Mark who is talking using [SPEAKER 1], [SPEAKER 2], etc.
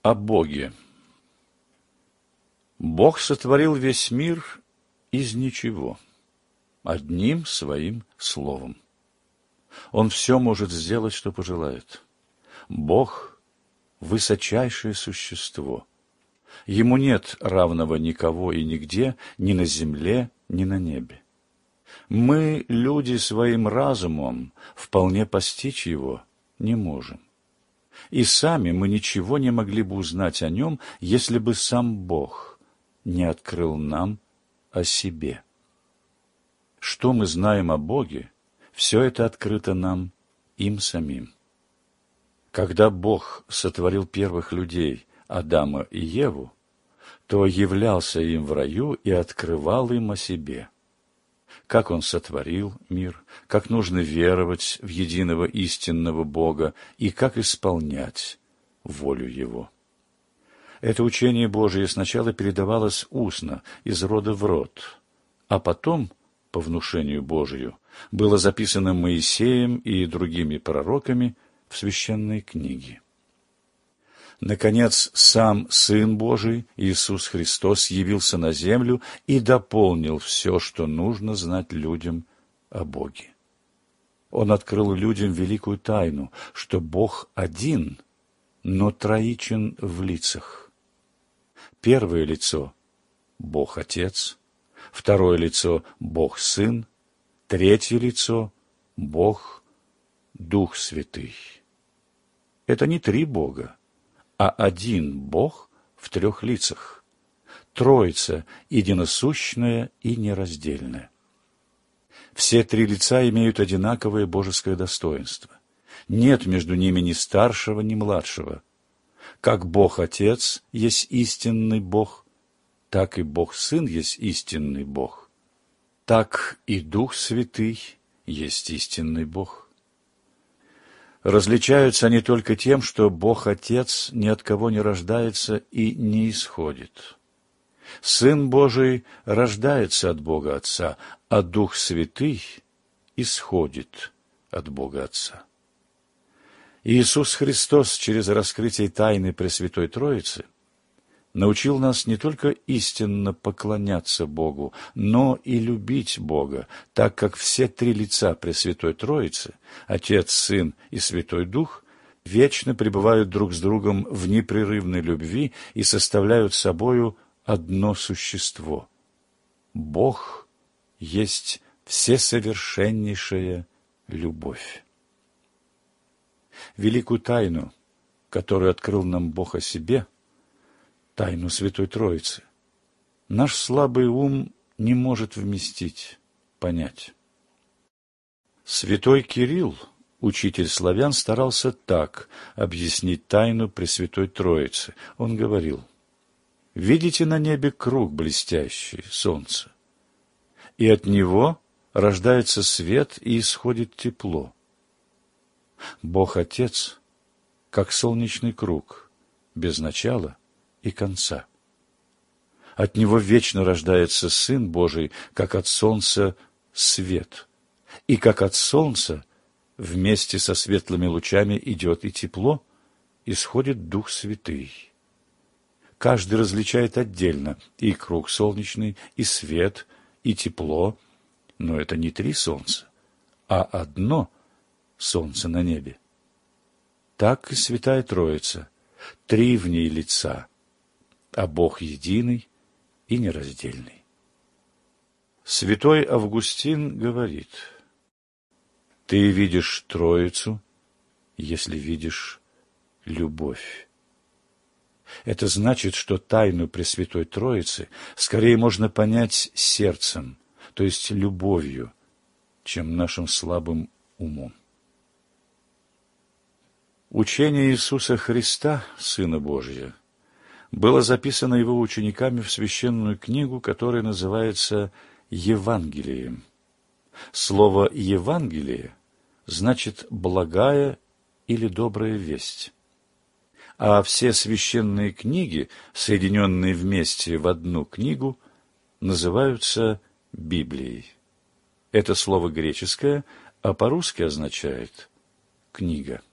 [SPEAKER 1] О Боге. Бог сотворил весь мир из ничего, одним своим словом. Он все может сделать, что пожелает. Бог – высочайшее существо. Ему нет равного никого и нигде, ни на земле, ни на небе. Мы, люди, своим разумом вполне постичь его не можем. И сами мы ничего не могли бы узнать о нем, если бы сам Бог не открыл нам о себе. Что мы знаем о Боге, все это открыто нам им самим. Когда Бог сотворил первых людей, Адама и Еву, то являлся им в раю и открывал им о себе. Как Он сотворил мир, как нужно веровать в единого истинного Бога и как исполнять волю Его. Это учение Божие сначала передавалось устно, из рода в род, а потом, по внушению Божию, было записано Моисеем и другими пророками в священной книге. Наконец, сам Сын Божий, Иисус Христос, явился на землю и дополнил все, что нужно знать людям о Боге. Он открыл людям великую тайну, что Бог один, но троичен в лицах. Первое лицо – Бог Отец, второе лицо – Бог Сын, третье лицо – Бог Дух Святый. Это не три Бога, а один Бог в трех лицах, Троица единосущная и нераздельная. Все три лица имеют одинаковое божеское достоинство. Нет между ними ни старшего, ни младшего. Как Бог Отец есть истинный Бог, так и Бог Сын есть истинный Бог, так и Дух Святый есть истинный Бог. Различаются они только тем, что Бог Отец ни от кого не рождается и не исходит. Сын Божий рождается от Бога Отца, а Дух Святый исходит от Бога Отца. Иисус Христос через раскрытие тайны Пресвятой Троицы научил нас не только истинно поклоняться Богу, но и любить Бога, так как все три лица Пресвятой Троицы, Отец, Сын и Святой Дух, вечно пребывают друг с другом в непрерывной любви и составляют собою одно существо. Бог есть всесовершеннейшая любовь. Великую тайну, которую открыл нам Бог о себе, тайну Святой Троицы, наш слабый ум не может вместить, понять. Святой Кирилл, учитель славян, старался так объяснить тайну Пресвятой Троицы. Он говорил: «Видите на небе круг блестящий, солнце, и от него рождается свет и исходит тепло. Бог Отец, как солнечный круг, без начала и конца. От него вечно рождается Сын Божий, как от солнца свет, и как от солнца вместе со светлыми лучами идет и тепло, исходит Дух Святый. Каждый различает отдельно и круг солнечный, и свет, и тепло, но это не три солнца, а одно солнце на небе. Так и Святая Троица, три в ней лица, а Бог единый и нераздельный». Святой Августин говорит: «Ты видишь Троицу, если видишь любовь». Это значит, что тайну Пресвятой Троицы скорее можно понять сердцем, то есть любовью, чем нашим слабым умом. Учение Иисуса Христа, Сына Божия, было записано Его учениками в священную книгу, которая называется Евангелием. Слово «Евангелие» значит «благая» или «добрая весть». А все священные книги, соединенные вместе в одну книгу, называются Библией. Это слово греческое, а по-русски означает «книга».